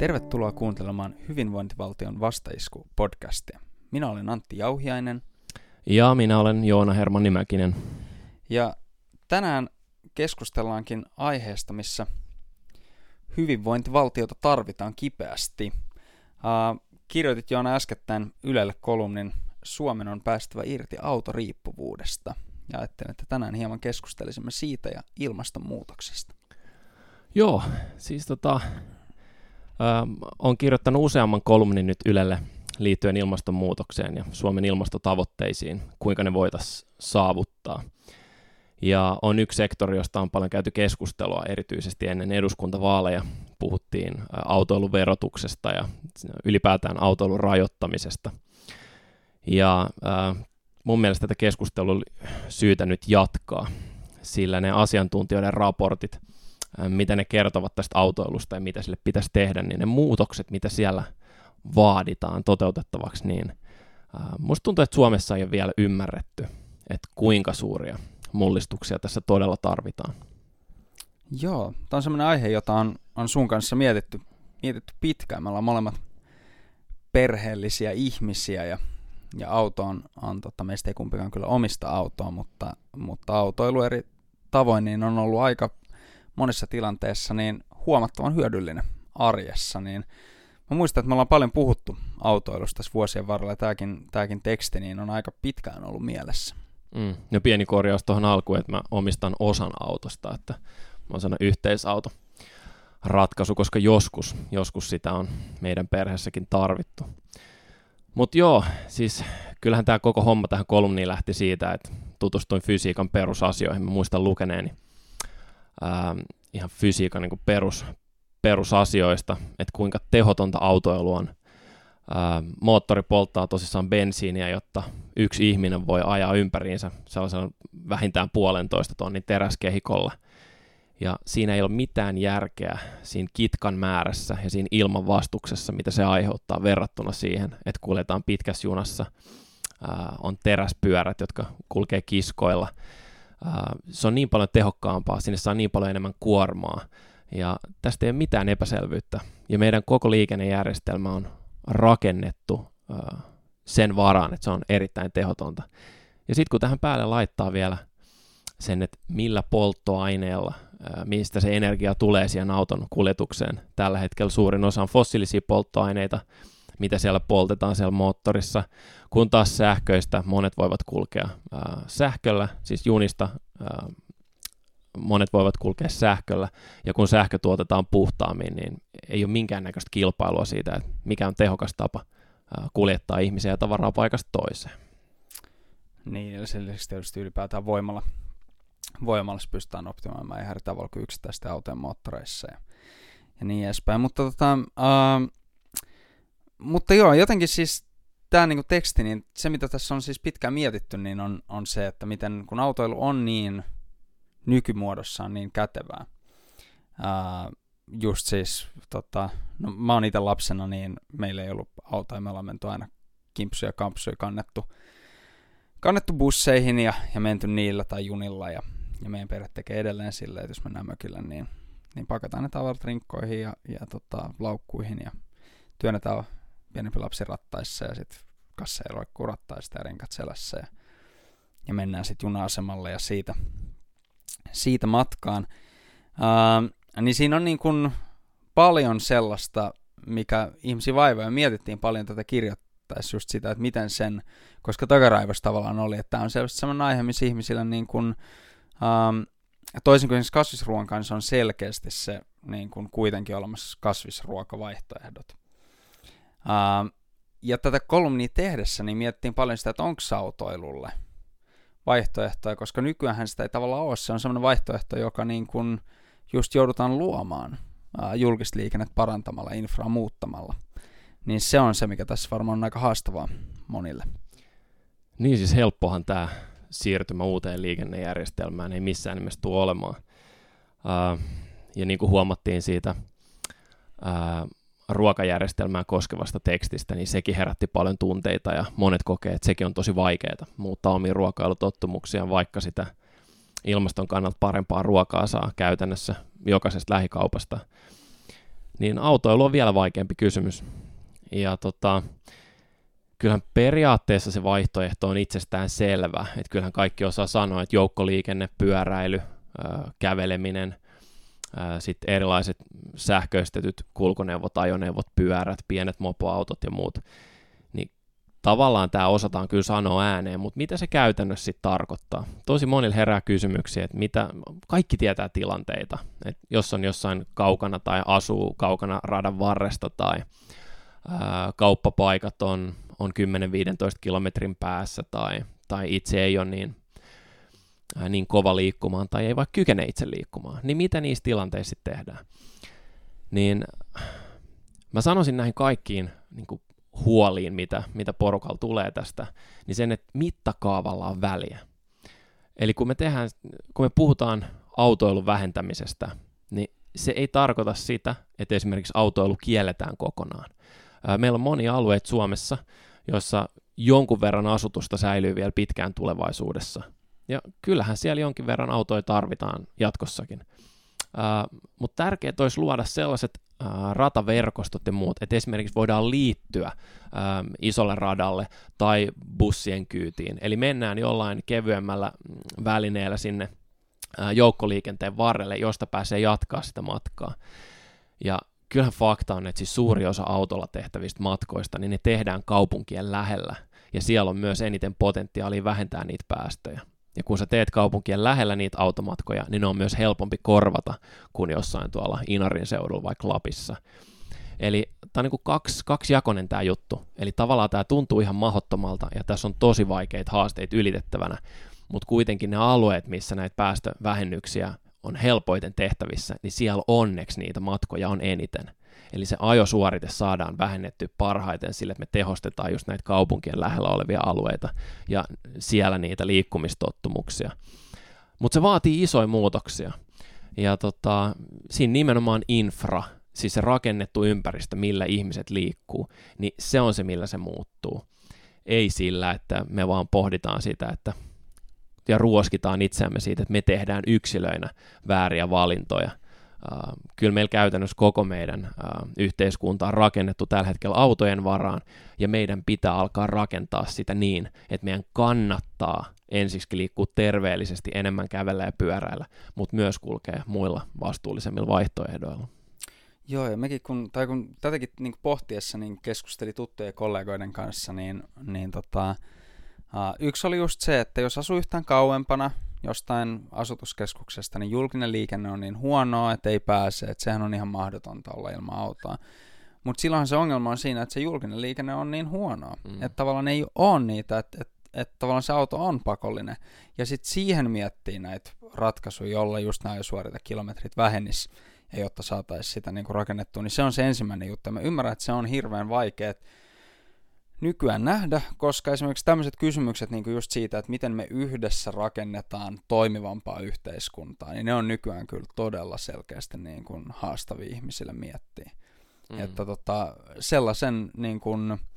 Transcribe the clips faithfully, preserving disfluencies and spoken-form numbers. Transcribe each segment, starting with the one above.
Tervetuloa kuuntelemaan Hyvinvointivaltion vastaisku-podcastia. Minä olen Antti Jauhiainen. Ja minä olen Joona Herman Nimäkinen. Ja tänään keskustellaankin aiheesta, missä hyvinvointivaltiota tarvitaan kipeästi. Uh, kirjoitit Joona äskettäin Ylelle kolumnin Suomen on päästävä irti autoriippuvuudesta. Ja ajattelin, että tänään hieman keskustelisimme siitä ja ilmastonmuutoksesta. Joo, siis tota, ö, olen kirjoittanut useamman kolumnin nyt Ylelle liittyen ilmastonmuutokseen ja Suomen ilmastotavoitteisiin, kuinka ne voitaisiin saavuttaa. Ja on yksi sektori, josta on paljon käyty keskustelua, erityisesti ennen eduskuntavaaleja. Puhuttiin autoilun verotuksesta ja ylipäätään autoilun rajoittamisesta. Ja äh, mun mielestä tätä keskustelua oli syytä nyt jatkaa, sillä ne asiantuntijoiden raportit, äh, mitä ne kertovat tästä autoilusta ja mitä sille pitäisi tehdä, niin ne muutokset, mitä siellä vaaditaan toteutettavaksi, niin äh, musta tuntuu, että Suomessa ei ole vielä ymmärretty, että kuinka suuria mullistuksia tässä todella tarvitaan. Joo, tämä on sellainen aihe, jota on, on sun kanssa mietitty, mietitty pitkään. Me ollaan molemmat perheellisiä ihmisiä ja, ja auto on, on tota, meistä ei kumpikaan kyllä omista autoa, mutta, mutta autoilu eri tavoin niin on ollut aika monessa tilanteessa niin huomattavan hyödyllinen arjessa. Niin mä muistan, että me ollaan paljon puhuttu autoilusta tässä vuosien varrella ja tämäkin, tämäkin teksti niin on aika pitkään ollut mielessä. Mm. Ja pieni korjaus tuohon alkuun, että mä omistan osan autosta, että mä oon sellainen yhteisauto ratkaisu, koska joskus, joskus sitä on meidän perheessäkin tarvittu. Mutta joo, siis kyllähän tämä koko homma tähän kolumniin lähti siitä, että tutustuin fysiikan perusasioihin. Mä muistan lukeneeni ää, ihan fysiikan niin kuin perus, perusasioista, että kuinka tehotonta autoilu on. Ää, moottori polttaa tosissaan bensiiniä, jotta yksi ihminen voi ajaa ympäriinsä sellaisella vähintään puolentoista tonnin teräskehikolla. Ja siinä ei ole mitään järkeä siinä kitkan määrässä ja siinä ilmanvastuksessa, mitä se aiheuttaa verrattuna siihen, että kuljetaan pitkässä junassa. Ää, on teräspyörät, jotka kulkee kiskoilla. Ää, se on niin paljon tehokkaampaa, sinne saa niin paljon enemmän kuormaa. Ja tästä ei ole mitään epäselvyyttä. Ja meidän koko liikennejärjestelmä on rakennettu ää, sen varaan, että se on erittäin tehotonta. Ja sitten kun tähän päälle laittaa vielä sen, että millä polttoaineella, ää, mistä se energia tulee siihen auton kuljetukseen. Tällä hetkellä suurin osa on fossiilisia polttoaineita, mitä siellä poltetaan siellä moottorissa, kun taas sähköistä monet voivat kulkea ää, sähköllä, siis junista ää, monet voivat kulkea sähköllä, ja kun sähkö tuotetaan puhtaammin, niin ei ole minkäännäköistä kilpailua siitä, että mikä on tehokas tapa ää, kuljettaa ihmisiä ja tavaraa paikasta toiseen. Niin, ja sen lisäksi tietysti ylipäätään voimalla. Voimalla se pystytään optimoimaan ihan eri tavalla kuin yksittäisten autojen moottoreissa ja, ja niin edespäin. Mutta, tota, uh, mutta joo, jotenkin siis tämä niinku teksti, niin se mitä tässä on siis pitkään mietitty, niin on, on se, että miten kun autoilu on niin nykymuodossaan niin kätevää. Uh, just siis, tota, no, mä oon itse lapsena, niin meillä ei ollut autoja, me ollaan menty aina kimpsuja ja kampsuja kannettu, kannettu busseihin ja, ja menty niillä tai junilla ja Ja meidän perhe tekee edelleen silleen, että jos mennään mökille, niin, niin pakataan ne tavarat rinkkoihin ja, ja tota, laukkuihin ja työnnetään pienempi lapsi rattaissa ja sitten kasseja roikkuu rattaista ja rinkat selässä ja, ja mennään sitten juna-asemalle ja siitä, siitä matkaan. Ää, niin siinä on niin kuin paljon sellaista, mikä ihmisiä vaivaa ja mietittiin paljon tätä kirjoittaessa just sitä, että miten sen, koska takaraivossa tavallaan oli, että tämä on selvästi sellainen aihe, missä ihmisillä niin kuin Um, toisin kuin kasvisruoan kanssa on selkeästi se niin kuin kuitenkin olemassa kasvisruokavaihtoehdot. Um, ja tätä kolumnia tehdessä niin mietittiin paljon sitä, että onko autoilulle vaihtoehtoja, koska nykyään sitä ei tavallaan ole. Se on sellainen vaihtoehto, joka niin kuin just joudutaan luomaan uh, julkista liikennettä parantamalla, infraa muuttamalla. Niin se on se, mikä tässä varmaan on aika haastavaa monille. Niin siis helppohan tämä siirtymä uuteen liikennejärjestelmään ei missään nimessä tule olemaan. Uh, ja niin kuin huomattiin siitä uh, ruokajärjestelmää koskevasta tekstistä, niin sekin herätti paljon tunteita ja monet kokee, että sekin on tosi vaikeaa muuttaa omia ruokailutottumuksiaan, vaikka sitä ilmaston kannalta parempaa ruokaa saa käytännössä jokaisesta lähikaupasta. niin autoilu on vielä vaikeampi kysymys. Ja tota, kyllähän periaatteessa se vaihtoehto on itsestään selvä, että kyllähän kaikki osaa sanoa, että joukkoliikenne, pyöräily, ää, käveleminen, sitten erilaiset sähköistetyt kulkuneuvot, ajoneuvot, pyörät, pienet mopoautot ja muut, niin tavallaan tämä osataan kyllä sanoa ääneen, mutta mitä se käytännössä sitten tarkoittaa? Tosi monilla herää kysymyksiä, että mitä, kaikki tietää tilanteita, että jos on jossain kaukana tai asuu kaukana radan varresta tai ää, kauppapaikat on, on kymmenen viisitoista kilometrin päässä tai, tai itse ei ole niin niin kova liikkumaan tai ei vaikka kykene itse liikkumaan, niin mitä niissä tilanteissa sitten tehdään? Niin mä sanoisin näihin kaikkiin niin kuin huoliin, mitä, mitä porukalla tulee tästä, niin sen, että mittakaavalla on väliä. Eli kun me, tehdään, kun me puhutaan autoilun vähentämisestä, niin se ei tarkoita sitä, että esimerkiksi autoilu kielletään kokonaan. Meillä on monia alueita Suomessa, joissa jonkun verran asutusta säilyy vielä pitkään tulevaisuudessa. Ja kyllähän siellä jonkin verran autoja tarvitaan jatkossakin. Uh, mutta tärkeää olisi luoda sellaiset uh, rataverkostot ja muut, että esimerkiksi voidaan liittyä uh, isolle radalle tai bussien kyytiin. Eli mennään jollain kevyemmällä välineellä sinne uh, joukkoliikenteen varrelle, josta pääsee jatkaa sitä matkaa. Ja kyllähän fakta on, että siis suuri osa autolla tehtävistä matkoista, niin ne tehdään kaupunkien lähellä. Ja siellä on myös eniten potentiaalia vähentää niitä päästöjä. Ja kun sä teet kaupunkien lähellä niitä automatkoja, niin ne on myös helpompi korvata kuin jossain tuolla Inarin seudulla vaikka Lapissa. Eli tämä on niin kuin kaksi, kaksijakoinen tämä juttu. Eli tavallaan tämä tuntuu ihan mahdottomalta ja tässä on tosi vaikeita haasteita ylitettävänä, mutta kuitenkin ne alueet, missä näitä päästövähennyksiä on helpoiten tehtävissä, niin siellä onneksi niitä matkoja on eniten. Eli se ajosuorite saadaan vähennetty parhaiten sille, että me tehostetaan just näitä kaupunkien lähellä olevia alueita ja siellä niitä liikkumistottumuksia. Mutta se vaatii isoja muutoksia. Ja tota, siinä nimenomaan infra, siis se rakennettu ympäristö, millä ihmiset liikkuu, niin se on se, millä se muuttuu. Ei sillä, että me vaan pohditaan sitä, että ja ruoskitaan itseämme siitä, että me tehdään yksilöinä vääriä valintoja. Uh, kyllä meillä käytännössä koko meidän uh, yhteiskunta on rakennettu tällä hetkellä autojen varaan, ja meidän pitää alkaa rakentaa sitä niin, että meidän kannattaa ensiksi liikkua terveellisesti, enemmän kävellä ja pyöräillä, mutta myös kulkea muilla vastuullisemmilla vaihtoehdoilla. Joo, ja mekin kun, tai kun tätäkin niin pohtiessa niin keskusteli tuttujen kollegoiden kanssa, niin, niin tota, uh, yksi oli just se, että jos asuu yhtään kauempana jostain asutuskeskuksesta, niin julkinen liikenne on niin huonoa, että ei pääse, että sehän on ihan mahdotonta olla ilman autoa. Mutta silloinhan se ongelma on siinä, että se julkinen liikenne on niin huonoa, mm. että tavallaan ei ole niitä, että, että, että tavallaan se auto on pakollinen. Ja sitten siihen miettii näitä ratkaisuja, jolla just nämä suorita kilometrit vähenis, ja jotta saataisiin sitä niinku rakennettua, niin se on se ensimmäinen juttu. Mä ymmärrän, että se on hirveän vaikea nykyään nähdä, koska esimerkiksi tämmöiset kysymykset niin kuin just siitä, että miten me yhdessä rakennetaan toimivampaa yhteiskuntaa, niin ne on nykyään kyllä todella selkeästi niin kuin haastavia ihmisille miettiä. Mm. Että tota, sellaisen niin kuin, uh,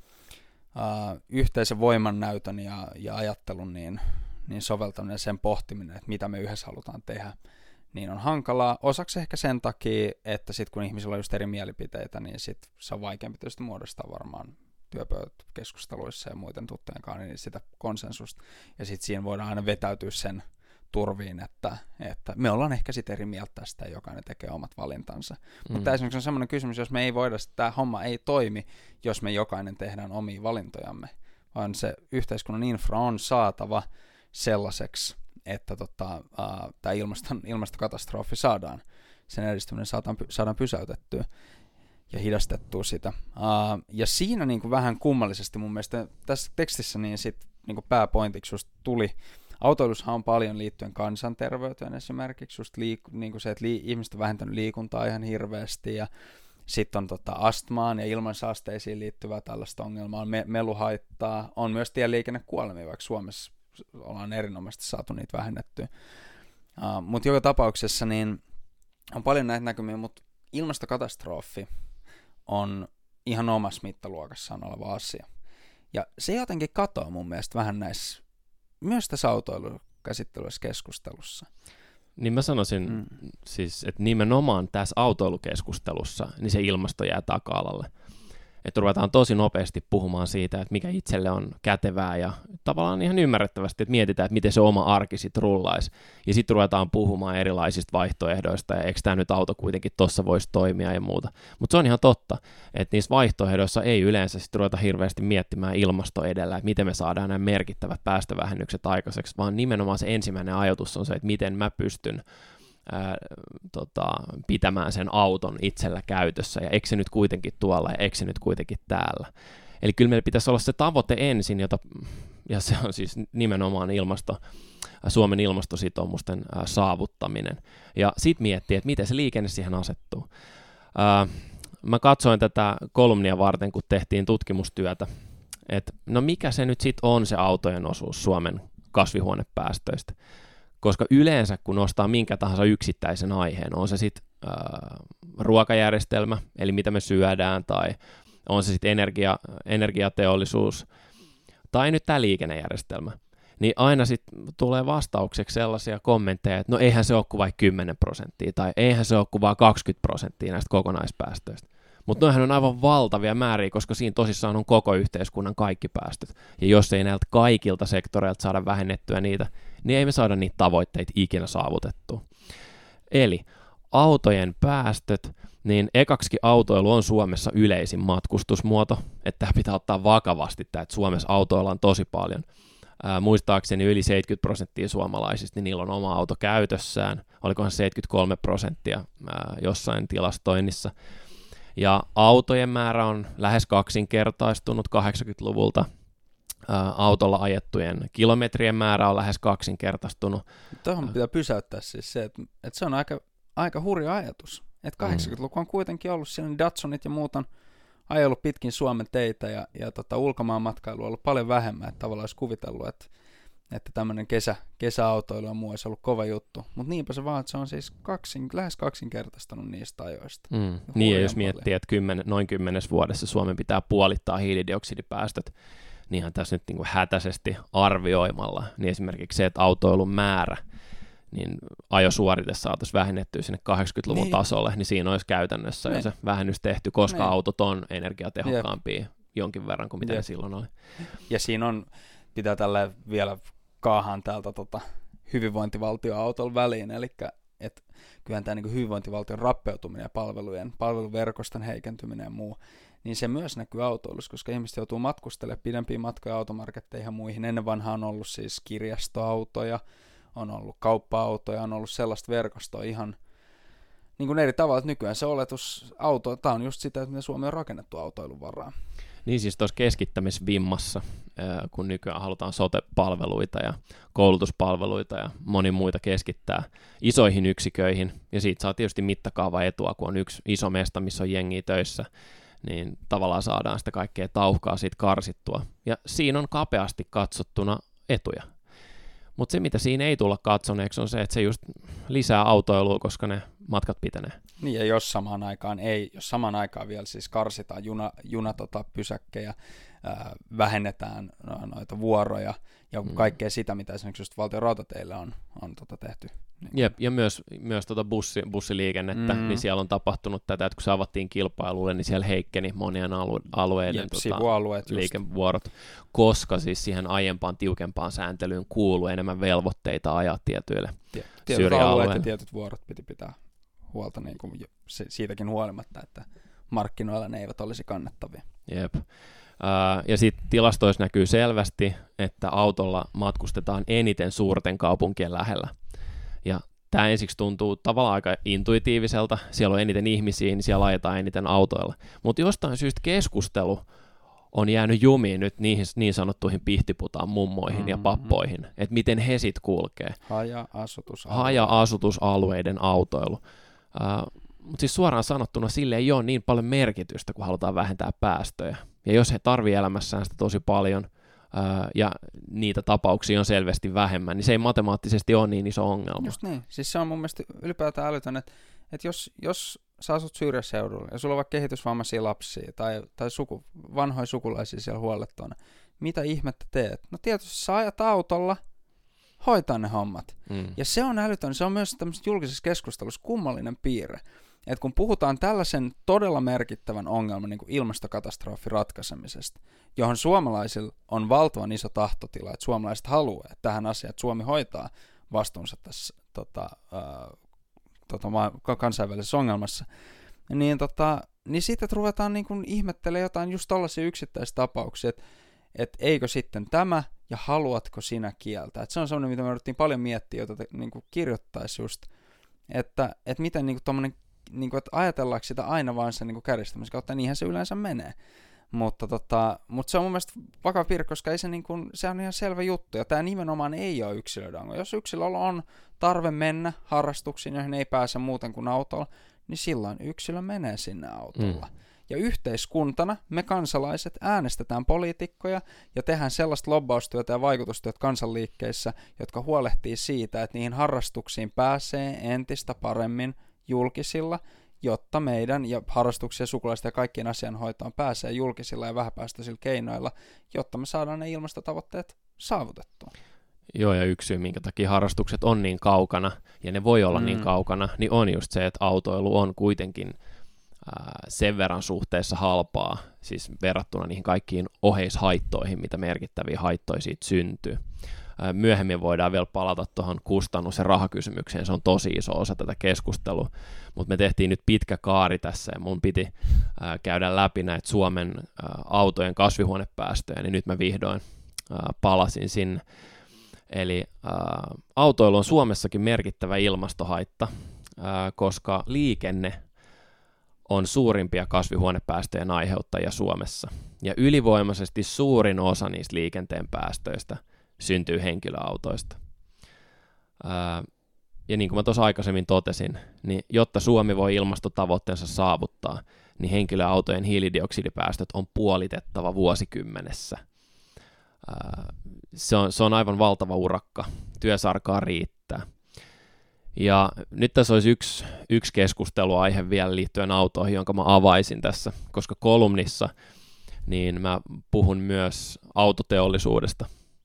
yhteisen voimannäytön ja, ja ajattelun niin, niin soveltaminen ja sen pohtiminen, että mitä me yhdessä halutaan tehdä, niin on hankalaa. Osaksi ehkä sen takia, että sit kun ihmisillä on just eri mielipiteitä, niin sit se on vaikeampi tietysti muodostaa varmaan työpöytäkeskusteluissa ja muiden tuttujen kanssa, niin sitä konsensusta. Ja sitten siinä voidaan aina vetäytyä sen turviin, että, että me ollaan ehkä sitten eri mieltä tästä ja jokainen tekee omat valintansa. Mm. Mutta esimerkiksi on semmoinen kysymys, jos me ei voida, että tämä homma ei toimi, jos me jokainen tehdään omia valintojamme, vaan se yhteiskunnan infra on saatava sellaiseksi, että tota, uh, tämä ilmaston, ilmastokatastrofi saadaan, sen edistyminen saadaan, saadaan pysäytettyä ja hidastettua sitä. Uh, ja siinä niin kuin vähän kummallisesti mun mielestä tässä tekstissä niin sit, niin kuin pääpointiksi just tuli, autoilussahan on paljon liittyen kansanterveyteen esimerkiksi, just liik- niin kuin se, että li- ihmiset on vähentänyt liikuntaa ihan hirveästi, ja sitten on tota astmaan ja ilmansaasteisiin liittyvää tällaista ongelmaa, on me- meluhaittaa, on myös tieliikennekuolemia, vaikka Suomessa ollaan erinomaisesti saatu niitä vähennettyä. Uh, mutta joka tapauksessa niin on paljon näitä näkymiä, mutta ilmastokatastrofi on ihan omassa mittaluokassaan oleva asia. Ja se jotenkin katoaa mun mielestä vähän näissä, myös tässä autoilukäsittelyssä keskustelussa. Niin mä sanoisin, mm. siis, että nimenomaan tässä autoilukeskustelussa, niin se ilmasto jää taka-alalle. Että ruvetaan tosi nopeasti puhumaan siitä, että mikä itselle on kätevää ja tavallaan ihan ymmärrettävästi, että mietitään, että miten se oma arki sitten rullaisi. Ja sitten ruvetaan puhumaan erilaisista vaihtoehdoista ja eikö tämä nyt auto kuitenkin tuossa voisi toimia ja muuta. Mutta se on ihan totta, että niissä vaihtoehdoissa ei yleensä sitten ruveta hirveästi miettimään ilmasto edellä, että miten me saadaan nämä merkittävät päästövähennykset aikaiseksi, vaan nimenomaan se ensimmäinen ajatus on se, että miten mä pystyn Ää, tota, pitämään sen auton itsellä käytössä, ja eikö se nyt kuitenkin tuolla, ja eikö se nyt kuitenkin täällä. Eli kyllä meillä pitäisi olla se tavoite ensin, jota, ja se on siis nimenomaan ilmasto, Suomen ilmastositoumusten ää, saavuttaminen, ja sitten miettiä, että miten se liikenne siihen asettuu. Ää, mä katsoin tätä kolumnia varten, kun tehtiin tutkimustyötä, että no mikä se nyt sitten on se autojen osuus Suomen kasvihuonepäästöistä. Koska yleensä, kun nostaa minkä tahansa yksittäisen aiheen, on se sitten äh, ruokajärjestelmä, eli mitä me syödään, tai on se sitten energia, energiateollisuus, tai nyt tämä liikennejärjestelmä, niin aina sitten tulee vastaukseksi sellaisia kommentteja, että no eihän se ole kuin vain kymmenen prosenttia, tai eihän se ole kuin vain kaksikymmentä prosenttia näistä kokonaispäästöistä. Mutta noihän on aivan valtavia määriä, koska siinä tosissaan on koko yhteiskunnan kaikki päästöt. Ja jos ei näiltä kaikilta sektoreilta saada vähennettyä niitä, niin ei me saada niitä tavoitteita ikinä saavutettua. Eli autojen päästöt, niin ekaksikin autoilu on Suomessa yleisin matkustusmuoto, että tämä pitää ottaa vakavasti, että Suomessa autoillaan tosi paljon. Ää, muistaakseni yli seitsemänkymmentä prosenttia suomalaisista, niin niillä on oma auto käytössään, olikohan seitsemänkymmentäkolme prosenttia ää, jossain tilastoinnissa. Ja autojen määrä on lähes kaksinkertaistunut kahdeksankymmentäluvulta. Ää, autolla ajettujen kilometrien määrä on lähes kaksinkertaistunut. Tuohon pitää pysäyttää siis se, että, että se on aika, aika hurja ajatus. Että kahdeksankymmentäluku on kuitenkin ollut siinä, Datsunit ja muut on ajellut pitkin Suomen teitä ja, ja tota, ulkomaan matkailu on ollut paljon vähemmän. Että tavallaan olisi kuvitellut, että, että tämmöinen kesä, kesäautoilu ja muu olisi ollut kova juttu. Mutta niinpä se vaan, että se on siis kaksin, lähes kaksinkertaistunut niistä ajoista. Mm. Niin ja jos miettii, että kymmen, noin kymmenessä vuodessa Suomen pitää puolittaa hiilidioksidipäästöt, niinhän tässä nyt niin kuin hätäisesti arvioimalla, niin esimerkiksi se, että autoilun määrä, niin ajosuorite saataisiin vähennettyä sinne kahdeksankymmentäluvun niin. tasolle, niin siinä olisi käytännössä niin. jo se vähennys tehty, koska niin. autot on energiatehokkaampia Jep. jonkin verran kuin mitä Jep. ne silloin oli. Ja siinä on, pitää tällä vielä kaahaan täältä tota, hyvinvointivaltioautolla väliin, eli että kyllähän tämä niin hyvinvointivaltion rappeutuminen ja palvelujen, palveluverkoston heikentyminen ja muu, niin se myös näkyy autoilussa, koska ihmiset joutuu matkustelemaan pidempiä matkoja automarketteihin ja muihin. Ennen vanhaa on ollut siis kirjastoautoja, on ollut kauppa-autoja, on ollut sellaista verkostoa ihan niin kuin eri tavalla, että nykyään se oletus auto, tämä on just sitä, että Suomi on rakennettu autoilun varaan. Niin siis tuossa keskittämisvimmassa, kun nykyään halutaan sote-palveluita ja koulutuspalveluita ja moni muita keskittää isoihin yksiköihin, ja siitä saa tietysti mittakaava etua, kun on yksi iso mesta, missä on jengiä töissä, niin tavallaan saadaan sitä kaikkea tauhkaa siitä karsittua. Ja siinä on kapeasti katsottuna etuja. Mutta se, mitä siinä ei tulla katsoneeksi, on se, että se just lisää autoilua, koska ne matkat pitenee. Niin, ja jos samaan aikaan ei, jos samaan aikaan vielä siis karsitaan juna, juna tota, pysäkkejä, ää, vähennetään noita vuoroja ja mm. kaikkea sitä, mitä esimerkiksi just valtion rautateillä on, on tota tehty. Niin. Jep, ja myös, myös tota bussi, bussiliikennettä, mm. niin siellä on tapahtunut tätä, että kun se avattiin kilpailulle, niin siellä heikkeni monien alue, alueiden Jep, tota, liikevuorot, koska siis siihen aiempaan tiukempaan sääntelyyn kuuluu enemmän velvoitteita ajaa tietyille syrjäalueille. Ja tietyt vuorot piti pitää huolta niin kuin siitäkin huolimatta, että markkinoilla ne eivät olisi kannattavia. Jep. Uh, ja sitten tilastoissa näkyy selvästi, että autolla matkustetaan eniten suurten kaupunkien lähellä. Ja tämä ensiksi tuntuu tavallaan aika intuitiiviselta, siellä on eniten ihmisiä, niin siellä ajetaan eniten autoilla. Mutta jostain syystä keskustelu on jäänyt jumiin nyt niihin niin sanottuihin pihtiputaan mummoihin mm-hmm. ja pappoihin, että miten he sit kulkee. Haja-asutusalueiden. Haja-asutusalueiden autoilu. Uh, Mutta siis suoraan sanottuna sille ei ole niin paljon merkitystä, kun halutaan vähentää päästöjä. Ja jos he tarvii elämässään sitä tosi paljon, ää, ja niitä tapauksia on selvästi vähemmän, niin se ei matemaattisesti ole niin iso ongelma. Just niin. Siis se on mun mielestä ylipäätään älytön, että, että jos, jos sä asut syrjäseudulla ja sulla on vaikka kehitysvammaisia lapsia tai, tai suku, vanhoja sukulaisia siellä huollettuna, mitä ihmettä teet? No tietysti sä ajat autolla hoitaa ne hommat. Mm. Ja se on älytön, se on myös tämmöisessä julkisessa keskustelussa kummallinen piirre, että kun puhutaan tällaisen todella merkittävän ongelman niin kuin ilmastokatastrofin ratkaisemisesta, johon suomalaisilla on valtavan iso tahtotila, että suomalaiset haluaa, että tähän asiaan, että Suomi hoitaa vastuunsa tässä tota, ää, tota, kansainvälisessä ongelmassa, niin, tota, niin sitten ruvetaan niin kuin ihmettelemään jotain just tollaisia yksittäisiä tapauksia, että et eikö sitten tämä ja haluatko sinä kieltää. Et se on semmoinen, mitä me yritettiin paljon miettiä, jota niin kuin kirjoittaisi just, että et miten niin kuin tommonen, niin kuin, että ajatellaanko sitä aina vaan sen niin kärjistämisen kautta, niinhän se yleensä menee. Mutta, tota, mutta se on mun mielestä vakava piirre, koska ei se, niin kuin, se on ihan selvä juttu, ja tämä nimenomaan ei ole yksilöiden ongelma. Jos yksilöllä on tarve mennä harrastuksiin, joihin ei pääse muuten kuin autolla, niin silloin yksilö menee sinne autolla. Mm. Ja yhteiskuntana me kansalaiset äänestetään poliitikkoja ja tehdään sellaista lobbaustyötä ja vaikutustyötä kansanliikkeissä, jotka huolehtii siitä, että niihin harrastuksiin pääsee entistä paremmin julkisilla, jotta meidän ja harrastuksia, sukulaisten ja kaikkien asianhoitoon pääsee julkisilla ja vähäpäästöisillä keinoilla, jotta me saadaan ne ilmastotavoitteet saavutettua. Joo, ja yksi syy, minkä takia harrastukset on niin kaukana, ja ne voi olla mm. niin kaukana, niin on just se, että autoilu on kuitenkin ää, sen verran suhteessa halpaa, siis verrattuna niihin kaikkiin oheishaittoihin, mitä merkittäviä haittoja siitä syntyy. Ää, myöhemmin voidaan vielä palata tuohon kustannus- ja rahakysymykseen, se on tosi iso osa tätä keskustelua, mutta me tehtiin nyt pitkä kaari tässä, ja mun piti ää, käydä läpi näitä Suomen ää, autojen kasvihuonepäästöjä, niin nyt mä vihdoin ää, palasin sinne. Eli ä, autoilu on Suomessakin merkittävä ilmastohaitta, ä, koska liikenne on suurimpia kasvihuonepäästöjen aiheuttajia Suomessa. Ja ylivoimaisesti suurin osa niistä liikenteen päästöistä syntyy henkilöautoista. Ä, ja niin kuin mä tuossa aikaisemmin totesin, niin jotta Suomi voi ilmastotavoitteensa saavuttaa, niin henkilöautojen hiilidioksidipäästöt on puolitettava vuosikymmenessä. Se on, se on aivan valtava urakka. Työsarkaa riittää. Ja nyt tässä olisi yksi, yksi keskusteluaihe vielä liittyen autoihin, jonka mä avaisin tässä, koska kolumnissa niin mä puhun myös autoteollisuudesta.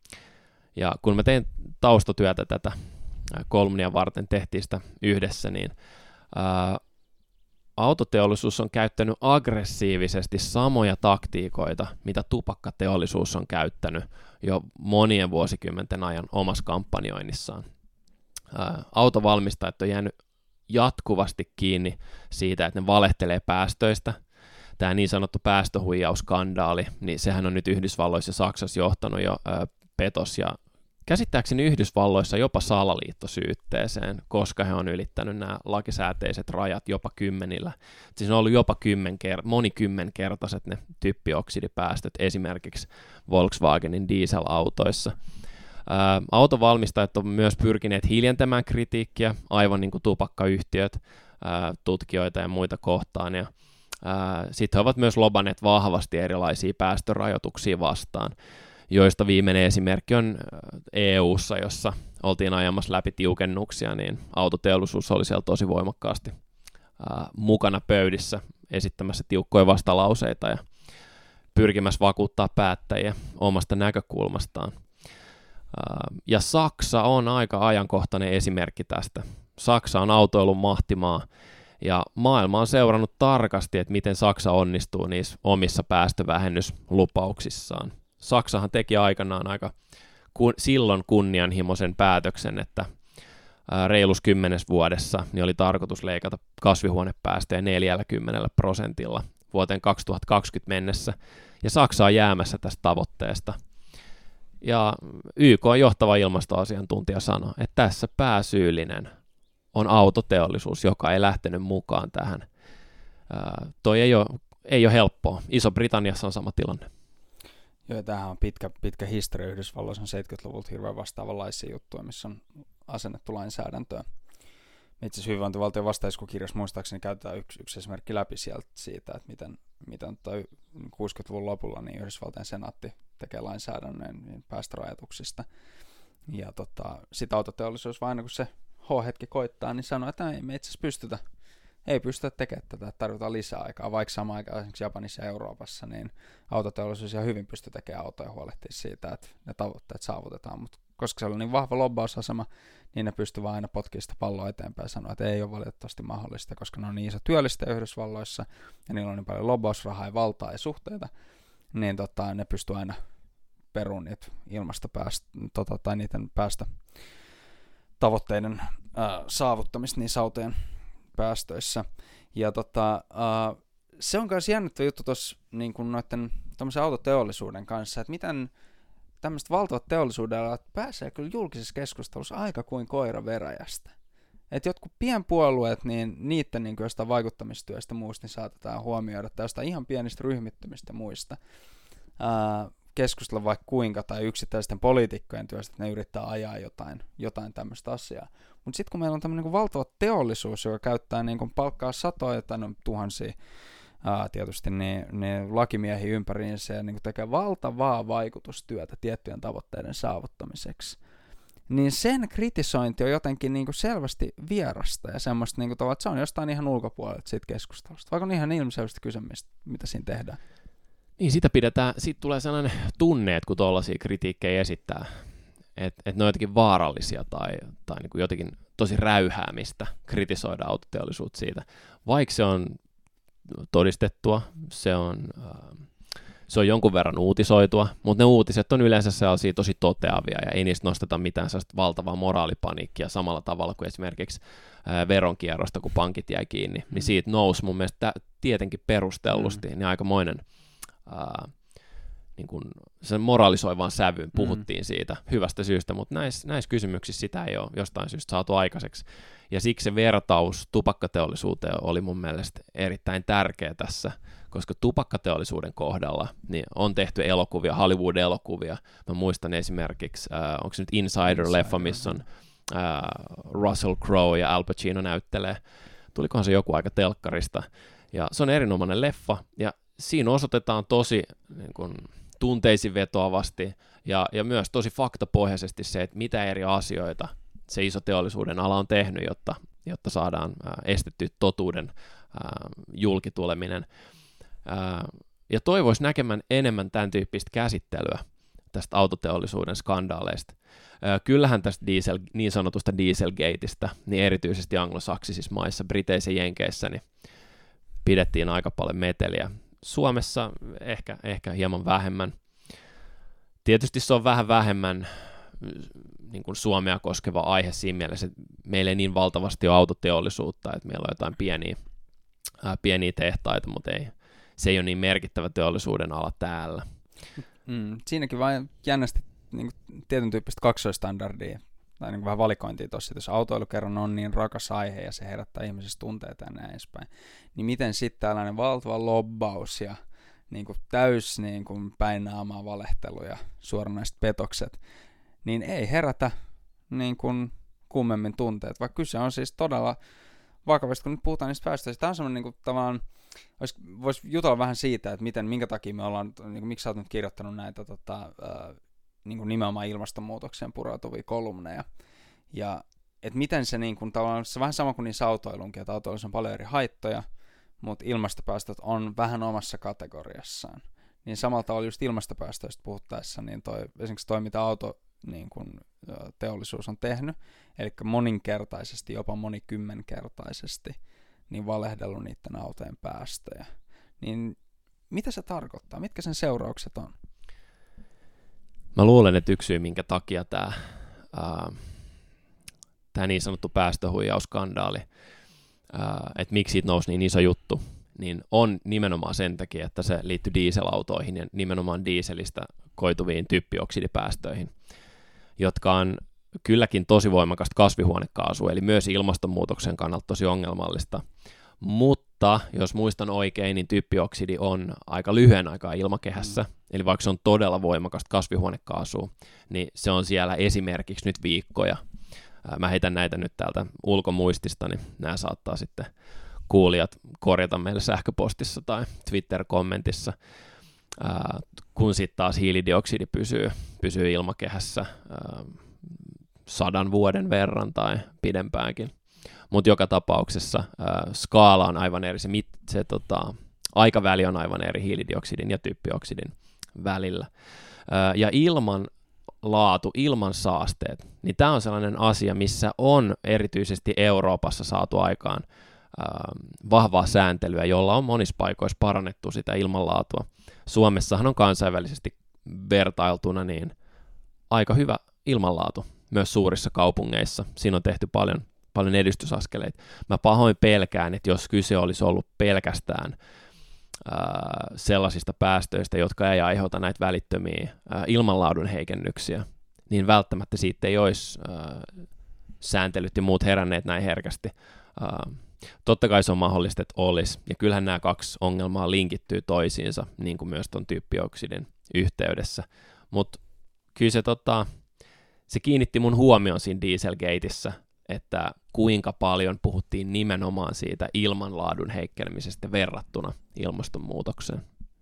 Ja kun mä tein taustatyötä tätä kolumnia varten, tehtiin sitä yhdessä, niin ää, autoteollisuus on käyttänyt aggressiivisesti samoja taktiikoita, mitä tupakkateollisuus on käyttänyt jo monien vuosikymmenten ajan omassa kampanjoinnissaan. Ää, autovalmistajat on jäänyt jatkuvasti kiinni siitä, että ne valehtelee päästöistä. Tämä niin sanottu päästöhuijausskandaali, niin sehän on nyt Yhdysvalloissa ja Saksassa johtanut jo ää, petos- ja käsittääkseni Yhdysvalloissa jopa salaliittosyytteeseen, koska he on ylittänyt nämä lakisääteiset rajat jopa kymmenillä. Siis on ollut jopa kymmenker- monikymmenkertaiset ne typpioksidipäästöt esimerkiksi Volkswagenin dieselautoissa. Ää, autovalmistajat on myös pyrkineet hiljentämään kritiikkiä, aivan niin kuin tupakkayhtiöt, ää, tutkijoita ja muita kohtaan. Ja sitten he ovat myös lobanneet vahvasti erilaisia päästörajoituksia vastaan, joista viimeinen esimerkki on E U:ssa, jossa oltiin ajamassa läpi tiukennuksia, niin autoteollisuus oli siellä tosi voimakkaasti ää, mukana pöydissä esittämässä tiukkoja vastalauseita ja pyrkimässä vakuuttaa päättäjiä omasta näkökulmastaan. Ää, ja Saksa on aika ajankohtainen esimerkki tästä. Saksa on autoilun mahtimaa, ja maailma on seurannut tarkasti, että miten Saksa onnistuu niissä omissa päästövähennyslupauksissaan. Saksahan teki aikanaan aika kun, silloin kunnianhimoisen päätöksen, että ää, reilus kymmenes vuodessa niin oli tarkoitus leikata kasvihuonepäästöjä neljäkymmentä prosentilla vuoteen kaksituhattakaksikymmentä mennessä, ja Saksa on jäämässä tästä tavoitteesta. Ja Y K:n johtava ilmastoasiantuntija sanoi, että tässä pääsyyllinen on autoteollisuus, joka ei lähtenyt mukaan tähän. Ää, toi ei ole, ei ole helppoa. Iso-Britanniassa on sama tilanne. Joo, tämähän on pitkä, pitkä historia. Yhdysvalloissa on seitsemänkymmentäluvulta hirveän vastaavanlaisia juttuja, missä on asennettu lainsäädäntöä. Itse asiassa hyvinvointivaltion vastaiskukirjassa muistaakseni käytetään yksi, yksi esimerkki läpi sieltä siitä, että miten, miten toi kuusikymmentäluvun lopulla niin Yhdysvaltain senaatti tekee lainsäädännön päästörajatuksista. Ja tota, sitä autoteollisuus vaan aina kun se H-hetki koittaa, niin sanoo, että ei me itse asiassa pystytä, ei pystytä tekemään tätä, että tarvitaan lisää aikaa. Vaikka samaan aikaan esimerkiksi Japanissa ja Euroopassa, niin autoteollisuus ihan hyvin pystyy tekemään autoja ja huolehtia siitä, että ne tavoitteet saavutetaan. Mutta koska se oli niin vahva lobbausasema, niin ne pystyvät aina potkimaan sitä palloa eteenpäin ja sanoa, että ei ole valitettavasti mahdollista, koska ne on niin iso työllistäjä Yhdysvalloissa, ja niillä on niin paljon lobbausrahaa ja valtaa ja suhteita, niin tota, ne pystyvät aina peruun niitä ilmastopäästä, tota, tai niiden päästä tavoitteiden ää, saavuttamista niin sautojen päästöissä. Ja tota, ää, se on myös jännittävä juttu tuossa niin noiden autoteollisuuden kanssa, että miten tämmöiset valtavat teollisuudella pääsee kyllä julkisessa keskustelussa aika kuin koira veräjästä. Että jotkut pienpuolueet, niin niiden niin jostain vaikuttamistyöstä muista niin saatetaan huomioida, tai jostain ihan pienistä ryhmittymistä muista. Ää, keskustella vaikka kuinka, tai yksittäisten poliitikkojen työstä, että ne yrittää ajaa jotain, jotain tämmöistä asiaa. Mutta sitten kun meillä on tämmöinen niin valtava teollisuus, joka käyttää niin palkkaa satoja tai no, tuhansia ää, tietysti niin, niin lakimiehiä ympäriinsä ja niin tekee valtavaa vaikutustyötä tiettyjen tavoitteiden saavuttamiseksi, niin sen kritisointi on jotenkin niin selvästi vierasta ja semmoista, niin tavalla, että se on jostain ihan ulkopuolelta siitä keskustelusta, vaikka on ihan ilmiselvästi kyse, mitä siinä tehdään. Niin, sitä pidetään, siitä tulee sellainen tunne, että kun tuollaisia kritiikkejä esittää, että et ne on jotenkin vaarallisia tai, tai niin kuin jotenkin tosi räyhäämistä kritisoida autoteollisuutta siitä, vaikka se on todistettua, se on, äh, se on jonkun verran uutisoitua, mutta ne uutiset on yleensä sellaisia tosi toteavia ja ei niistä nosteta mitään sellaista valtavaa moraalipaniikkia samalla tavalla kuin esimerkiksi äh, veronkierrosta, kun pankit jäi kiinni, niin siitä nousi mun mielestä tietenkin perustellusti mm. niin aikamoinen Ää, niin kuin sen moralisoivaan sävyyn puhuttiin mm. siitä hyvästä syystä, mutta näissä, näissä kysymyksissä sitä ei ole jostain syystä saatu aikaiseksi. Ja siksi se vertaus tupakkateollisuuteen oli mun mielestä erittäin tärkeä tässä, koska tupakkateollisuuden kohdalla niin on tehty elokuvia, Hollywood-elokuvia. Mä muistan esimerkiksi, äh, onko se nyt Insider-leffa, missä on äh, Russell Crowe ja Al Pacino näyttelee. Tulikohan se joku aika telkkarista. Ja se on erinomainen leffa, ja siinä osoitetaan tosi niin kuin, tunteisiin vetoavasti ja, ja myös tosi faktapohjaisesti se, että mitä eri asioita se iso teollisuuden ala on tehnyt, jotta, jotta saadaan ää, estettyä totuuden ää, julkituleminen. Ää, ja toivoisi näkemään enemmän tämän tyyppistä käsittelyä tästä autoteollisuuden skandaaleista. Ää, kyllähän tästä diesel, niin sanotusta Dieselgateista, niin erityisesti anglosaksisissa maissa, Briteissä ja Jenkeissä, niin pidettiin aika paljon meteliä. Suomessa ehkä, ehkä hieman vähemmän. Tietysti se on vähän vähemmän niin kuin Suomea koskeva aihe siinä mielessä, että meillä ei niin valtavasti ole autoteollisuutta, että meillä on jotain pieniä, ää, pieniä tehtaita, mutta ei, se ei ole niin merkittävä teollisuuden ala täällä. Mm, siinäkin vain jännästi niin kuin tietyn tyyppistä kaksoistandardia tai niin kuin vähän valikointia tuossa, jos autoilukerron on niin rakas aihe ja se herättää ihmisistä tunteita ja näin edespäin, niin miten sitten tällainen valtava lobbaus ja niin kuin täys niin kuin päinnaamaa valehtelu ja suoranaiset petokset, niin ei herätä niin kuin kummemmin tunteet, vaikka kyse on siis todella vakavasti, kun nyt puhutaan niistä päästöistä. Tämä on semmoinen niin kuin tavallaan, voisi jutella vähän siitä, että miten, minkä takia me ollaan, niin kuin, miksi sä oot nyt kirjoittanut näitä tota, äh, niin kuin nimenomaan ilmastonmuutokseen pureutuvia kolumneja. Ja että miten se, niin kuin, tavallaan, se on vähän sama kuin niissä autoilunkin, että autoilussa on paljon eri haittoja, mutta ilmastopäästöt on vähän omassa kategoriassaan. Niin samalla tavalla just ilmastopäästöistä puhuttaessa, niin toi, esimerkiksi toi, mitä auto niin kuin, teollisuus on tehnyt, eli moninkertaisesti, jopa monikymmenkertaisesti, niin valehdellut niiden autojen päästöjä. Niin mitä se tarkoittaa? Mitkä sen seuraukset on? Mä luulen, että yksi syy, minkä takia tämä, ää, tämä niin sanottu päästöhuijausskandaali, ää, että miksi siitä nousi niin iso juttu, niin on nimenomaan sen takia, että se liittyy dieselautoihin ja nimenomaan dieselistä koituviin typpioksidipäästöihin, jotka on kylläkin tosi voimakasta kasvihuonekaasua, eli myös ilmastonmuutoksen kannalta tosi ongelmallista. Mutta jos muistan oikein, niin typpioksidi on aika lyhyen aikaa ilmakehässä, mm. eli vaikka se on todella voimakasta kasvihuonekaasua, niin se on siellä esimerkiksi nyt viikkoja. Mä heitän näitä nyt täältä ulkomuistista, niin nämä saattaa sitten kuulijat korjata meille sähköpostissa tai Twitter-kommentissa, ää, kun sitten taas hiilidioksidi pysyy, pysyy ilmakehässä ää, sadan vuoden verran tai pidempäänkin. Mutta joka tapauksessa ää, skaala on aivan eri, se, mit, se tota, aikaväli on aivan eri hiilidioksidin ja typpioksidin välillä. Ää, ja ilman laatu, ilman saasteet, niin tämä on sellainen asia, missä on erityisesti Euroopassa saatu aikaan vahvaa sääntelyä, jolla on monissa paikoissa parannettu sitä ilmanlaatua. Suomessahan on kansainvälisesti vertailtuna niin aika hyvä ilmanlaatu myös suurissa kaupungeissa. Siinä on tehty paljon, paljon edistysaskeleita. Mä pahoin pelkään, että jos kyse olisi ollut pelkästään ää, sellaisista päästöistä, jotka ei aiheuta näitä välittömiä ää, ilmanlaadun heikennyksiä, niin välttämättä siitä ei olisi ää, sääntelyt ja muut heränneet näin herkästi. Ää, Totta kai se on mahdollista, että olisi, ja kyllähän nämä kaksi ongelmaa linkittyy toisiinsa, niin kuin myös tuon typpioksidin yhteydessä, mutta kyllä se, tota, se kiinnitti mun huomioon siinä Dieselgateissa, että kuinka paljon puhuttiin nimenomaan siitä ilmanlaadun heikkenemisestä verrattuna ilmastonmuutokseen.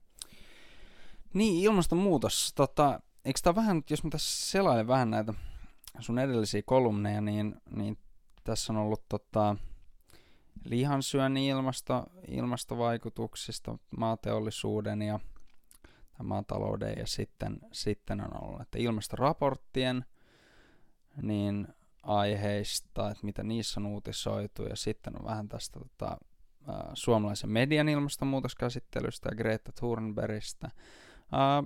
Niin, ilmastonmuutos, tota, eikö tämä vähän, jos mä tässä selailen vähän näitä sun edellisiä kolumneja, niin, niin tässä on ollut tota, lihansyönnin ilmasto, ilmastovaikutuksista, maateollisuuden ja maatalouden ja sitten, sitten on ollut että ilmastoraporttien niin aiheista, että mitä niissä on uutisoitu ja sitten on vähän tästä tota, ä, suomalaisen median ilmastonmuutoskäsittelystä ja Greta Thunbergistä. Ä,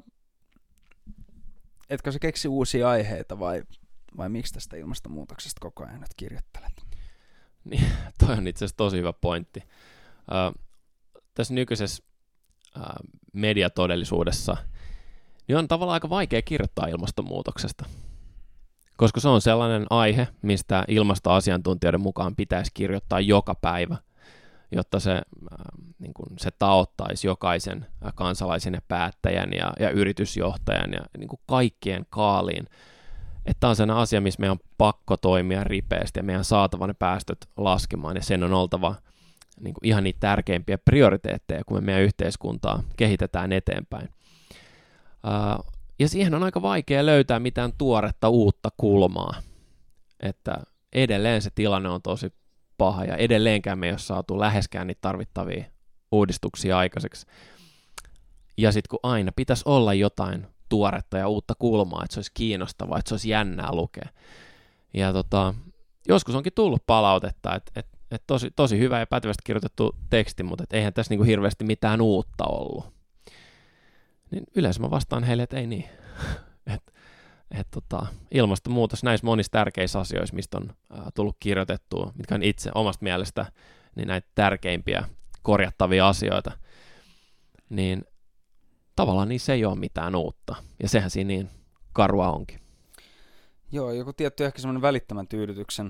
etkö sä keksi uusia aiheita vai, vai miksi tästä ilmastonmuutoksesta koko ajan nyt kirjoittelet? Niin, toi on itse asiassa tosi hyvä pointti. Ö, tässä nykyisessä ö, mediatodellisuudessa niin on tavallaan aika vaikea kirjoittaa ilmastonmuutoksesta, koska se on sellainen aihe, mistä ilmastoasiantuntijoiden mukaan pitäisi kirjoittaa joka päivä, jotta se, äh, niin kuin se taottaisi jokaisen kansalaisen ja päättäjän ja, ja yritysjohtajan ja niin kuin kaikkien kaaliin. Että tämä on sellainen asia, missä meidän on pakko toimia ripeästi ja meidän on saatava ne päästöt laskemaan ja sen on oltava niin kuin ihan niitä tärkeimpiä prioriteetteja, kun me meidän yhteiskuntaa kehitetään eteenpäin. Uh, ja siihen on aika vaikea löytää mitään tuoretta uutta kulmaa, että edelleen se tilanne on tosi paha ja edelleenkään me ei ole saatu läheskään niitä tarvittavia uudistuksia aikaiseksi. Ja sitten kun aina pitäisi olla jotain tuoretta ja uutta kulmaa, että se olisi kiinnostavaa, että se olisi jännää lukea. Ja tota, joskus onkin tullut palautetta, että et, et tosi, tosi hyvä ja pätevästi kirjoitettu teksti, mutta et eihän tässä niinku hirveästi mitään uutta ollut. Niin yleensä mä vastaan heille, että ei niin. et, et tota, ilmastonmuutos näissä monissa tärkeissä asioissa, mistä on ää, tullut kirjoitettua, mitkä on itse omasta mielestä niin näitä tärkeimpiä korjattavia asioita, niin tavallaan niissä ei ole mitään uutta. Ja sehän siinä niin karua onkin. Joo, joku tietty ehkä semmoinen välittämän tyydytyksen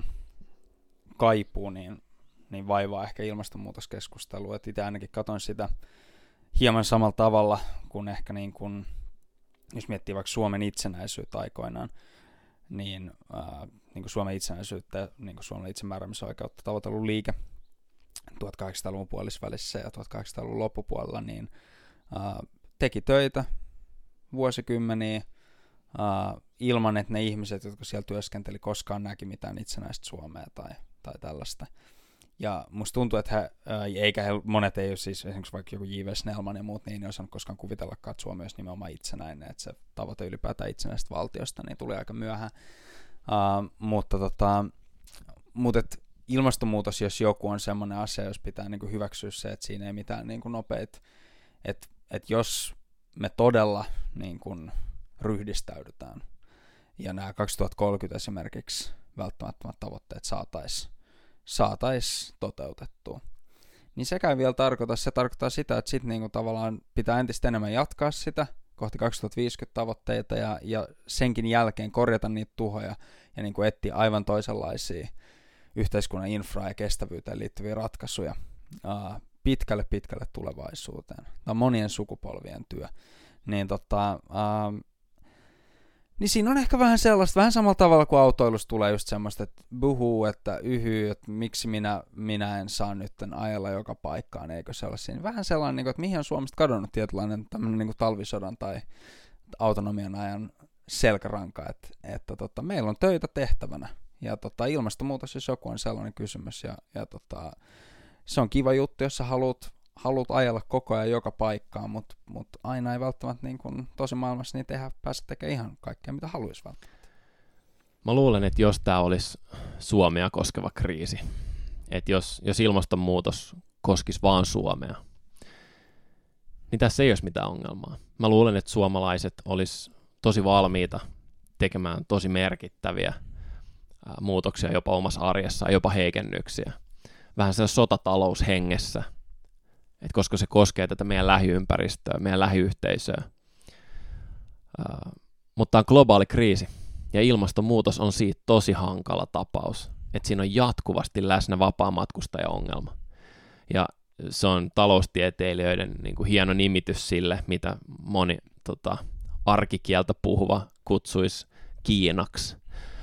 kaipuu, niin, niin vaivaa ehkä ilmastonmuutoskeskustelua. Itse ainakin katson sitä hieman samalla tavalla kuin ehkä niin kuin, jos miettii vaikka Suomen itsenäisyyttä aikoinaan, niin, äh, niin kuin Suomen itsenäisyyttä, niin kuin Suomen itsemääräämisoikeutta tavoitellut liike tuhatkahdeksansataaluvun puolivälissä ja tuhatkahdeksansataaluvun loppupuolella, niin äh, teki töitä vuosikymmeniä äh, ilman, että ne ihmiset, jotka siellä työskenteli, koskaan näki mitään itsenäistä Suomea tai, tai tällaista. Ja musta tuntuu, että he, ää, eikä he, monet ei ole siis, esimerkiksi vaikka joku J V Snellman ja muut, niin ei osannut koskaan kuvitellakaan, että Suomi olisi nimenomaan itsenäinen, että se tavoite ylipäätään itsenäisestä valtiosta niin tuli aika myöhään. Uh, mutta tota, mut et ilmastonmuutos, jos joku on semmoinen asia, jos pitää niinku hyväksyä se, että siinä ei mitään niinku nopeita, että et jos me todella niinku ryhdistäydytään ja nämä kaksituhattakolmekymmentä esimerkiksi välttämättömät tavoitteet saataisiin saatais toteutettua. Niin sekä ei vielä tarkoita, se tarkoittaa sitä, että sitten niinku tavallaan pitää entistä enemmän jatkaa sitä kohti kaksituhattaviisikymmentä tavoitteita ja, ja senkin jälkeen korjata niitä tuhoja ja niinku etsiä aivan toisenlaisia yhteiskunnan infra- ja kestävyyteen liittyviä ratkaisuja ää, pitkälle pitkälle tulevaisuuteen. Tämä on monien sukupolvien työ. Niin tota... Ää, Niin siinä on ehkä vähän sellaista, vähän samalla tavalla kuin autoilussa tulee just semmoista, että buhuu, että yhyy, että miksi minä, minä en saa nyt ajella joka paikkaan, eikö sellaisia. Vähän sellainen, että mihin on Suomesta kadonnut tietynlainen tämmöinen niin kuin talvisodan tai autonomian ajan selkäranka, että, että tota, meillä on töitä tehtävänä. Ja tota, ilmastonmuutos, jos joku on sellainen kysymys, ja, ja tota, se on kiva juttu, jos sä haluat, haluat ajella koko ajan joka paikkaan, mutta mut aina ei välttämättä niin kun tosi maailmassa niin tehdä, päästä tekemään ihan kaikkea, mitä haluaisi välttämättä. Mä luulen, että jos tämä olisi Suomea koskeva kriisi, että jos, jos ilmastonmuutos koskisi vaan Suomea, niin tässä ei olisi mitään ongelmaa. Mä luulen, että suomalaiset olisi tosi valmiita tekemään tosi merkittäviä ää, muutoksia jopa omassa arjessaan, jopa heikennyksiä. Vähän sellaisessa sotataloushengessä, että koska se koskee tätä meidän lähiympäristöä, meidän lähiyhteisöä. Ää, mutta tämä on globaali kriisi, ja ilmastonmuutos on siitä tosi hankala tapaus, että siinä on jatkuvasti läsnä vapaamatkustaja-ongelma. Ja se on taloustieteilijöiden niin kuin hieno nimitys sille, mitä moni tota, arkikieltä puhuva kutsuisi Kiinaksi.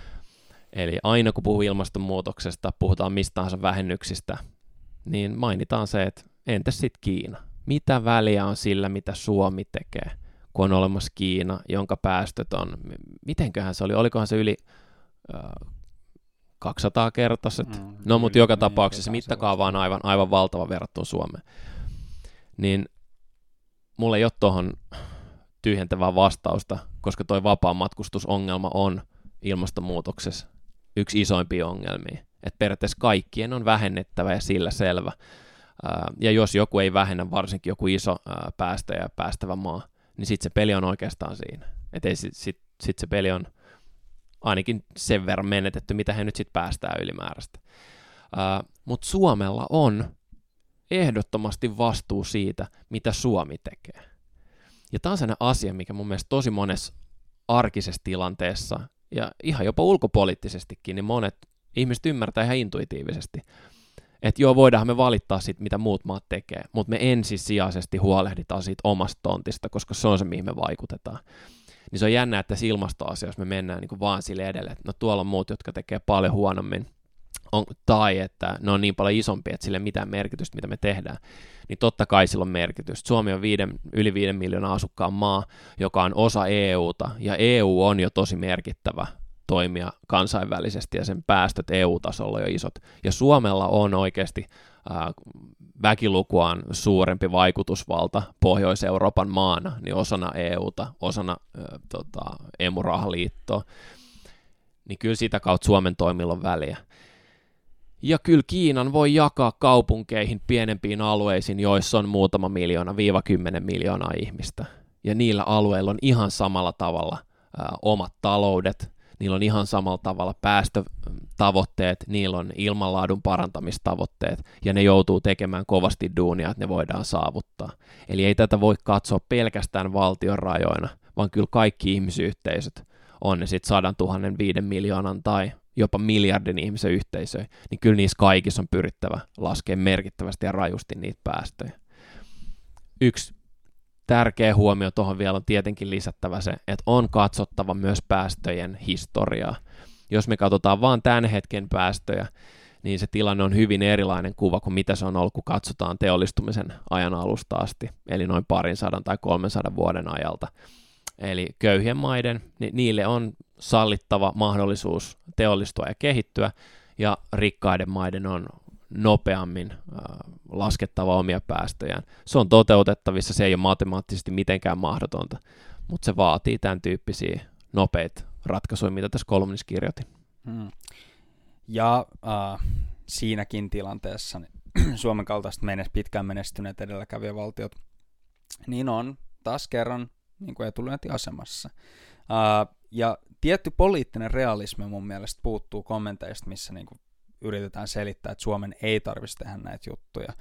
Eli aina kun puhuu ilmastonmuutoksesta, puhutaan mistä tahansa vähennyksistä, niin mainitaan se, että entäs sitten Kiina? Mitä väliä on sillä, mitä Suomi tekee, kun on olemassa Kiina, jonka päästöt on, mitenköhän se oli, olikohan se yli äh, kaksisataa-kertaiset? Mm, no, mutta joka tapauksessa mittakaava on aivan, aivan valtava verrattuna Suomeen. Niin mulla ei ole tuohon tyhjentävää vastausta, koska toi vapaa matkustusongelma on ilmastonmuutoksessa yksi isoimpia ongelmia. Että periaatteessa kaikkien on vähennettävä ja sillä selvä. Ja jos joku ei vähennä, varsinkin joku iso päästäjä päästävä maa, niin sitten se peli on oikeastaan siinä. Että sitten sit, sit se peli on ainakin sen verran menetetty, mitä he nyt sitten päästää ylimääräistä. Mutta Suomella on ehdottomasti vastuu siitä, mitä Suomi tekee. Ja tämä on sellainen asia, mikä mun mielestä tosi monessa arkisessa tilanteessa ja ihan jopa ulkopoliittisestikin, niin monet ihmiset ymmärtää ihan intuitiivisesti, että joo, voidaan me valittaa siitä, mitä muut maat tekee, mutta me ensisijaisesti huolehditaan siitä omasta tontista, koska se on se, mihin me vaikutetaan. Niin se on jännä, että tässä ilmastoasiassa me mennään niin kuin vaan sille edelle, että no tuolla on muut, jotka tekee paljon huonommin, on, tai että ne on niin paljon isompia, että sille ei mitään merkitystä, mitä me tehdään, niin totta kai sillä on merkitystä. Suomi on viiden, yli viiden miljoonaa asukkaan maa, joka on osa E U:ta, ja E U on jo tosi merkittävä toimija kansainvälisesti, ja sen päästöt E U-tasolla on jo isot. Ja Suomella on oikeasti äh, väkilukuaan suurempi vaikutusvalta Pohjois-Euroopan maana, niin osana E U:ta, osana äh, tota, Emu-rahaliittoa, niin kyllä sitä kautta Suomen toimilla on väliä. Ja kyllä Kiinan voi jakaa kaupunkeihin pienempiin alueisiin, joissa on muutama miljoona, viiva kymmenen miljoonaa ihmistä. Ja niillä alueilla on ihan samalla tavalla ää, omat taloudet, niillä on ihan samalla tavalla päästötavoitteet, niillä on ilmanlaadun parantamistavoitteet, ja ne joutuu tekemään kovasti duunia, että ne voidaan saavuttaa. Eli ei tätä voi katsoa pelkästään valtion rajoina, vaan kyllä kaikki ihmisyhteisöt, on ne sitten sadan tuhannen, viiden miljoonan tai jopa miljardin ihmisen yhteisöjä, niin kyllä niissä kaikissa on pyrittävä laskea merkittävästi ja rajusti niitä päästöjä. Yksi tärkeä huomio tuohon vielä on tietenkin lisättävä se, että on katsottava myös päästöjen historiaa. Jos me katsotaan vaan tämän hetken päästöjä, niin se tilanne on hyvin erilainen kuva kuin mitä se on ollut, kun katsotaan teollistumisen ajan alusta asti, eli noin parin sadan tai kolmensadan vuoden ajalta. Eli köyhien maiden, niin niille on sallittava mahdollisuus teollistua ja kehittyä, ja rikkaiden maiden on nopeammin äh, laskettava omia päästöjään. Se on toteutettavissa, se ei ole matemaattisesti mitenkään mahdotonta, mutta se vaatii tämän tyyppisiä nopeita ratkaisuja, mitä tässä kolumnissa kirjoitin. Hmm. Ja äh, siinäkin tilanteessa niin Suomen kaltaiset menes, pitkään menestyneet edelläkävijävaltiot, niin on taas kerran niin kuin etulyöntiasemassa. Uh, ja tietty poliittinen realismi mun mielestä puuttuu kommenteista, missä niin kuin yritetään selittää, että Suomen ei tarvitsisi tehdä näitä juttuja.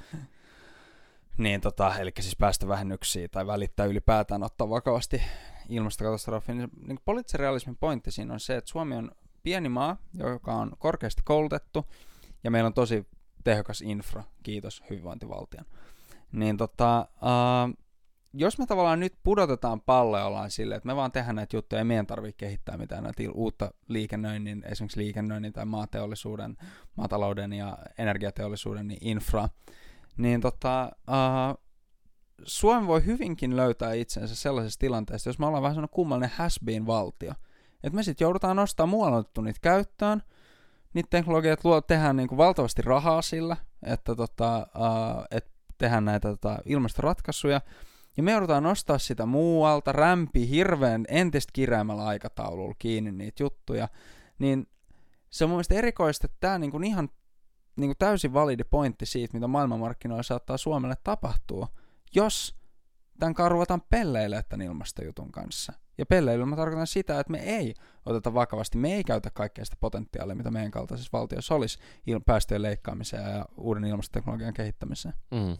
Niin, tota, eli siis päästövähennyksiä tai välittää ylipäätään ottaa vakavasti ilmastokatastrofia. Niin, niin poliittisen realismin pointti siinä on se, että Suomi on pieni maa, joka on korkeasti koulutettu, ja meillä on tosi tehokas infra, kiitos hyvinvointivaltion. Niin tota... Uh, Jos me tavallaan nyt pudotetaan palloa ja ollaan silleen, että me vaan tehdään näitä juttuja, ei meidän tarvitse kehittää mitään näitä uutta liikennöinnin, esimerkiksi liikennöinnin tai maateollisuuden, maatalouden ja energiateollisuuden niin infra, niin tota, uh, Suomi voi hyvinkin löytää itsensä sellaisessa tilanteessa, jos me ollaan vähän sellainen kummallinen has-been-valtio, että me sitten joudutaan nostaa muualla otettu niitä käyttöön, niitä teknologiat luo, tehdään niinku valtavasti rahaa sillä, että tota, uh, et tehdä näitä tota, ilmastoratkaisuja, ja me joudutaan nostaa sitä muualta, rämpi hirveän entistä kireämmällä aikataululla kiinni niitä juttuja, niin se on mun mielestä erikoista, että tämä niinku ihan niinku täysin validi pointti siitä, mitä maailmanmarkkinoilla saattaa Suomelle tapahtua, jos tämän kanssa ruvetaan pelleilemään tämän ilmastojutun kanssa. Ja pelleilyllä mä tarkoitan sitä, että me ei oteta vakavasti, me ei käytä kaikkea sitä potentiaalia, mitä meidän kaltaisessa valtiossa olisi il- päästöjen leikkaamiseen ja uuden ilmastoteknologian kehittämiseen. Mm.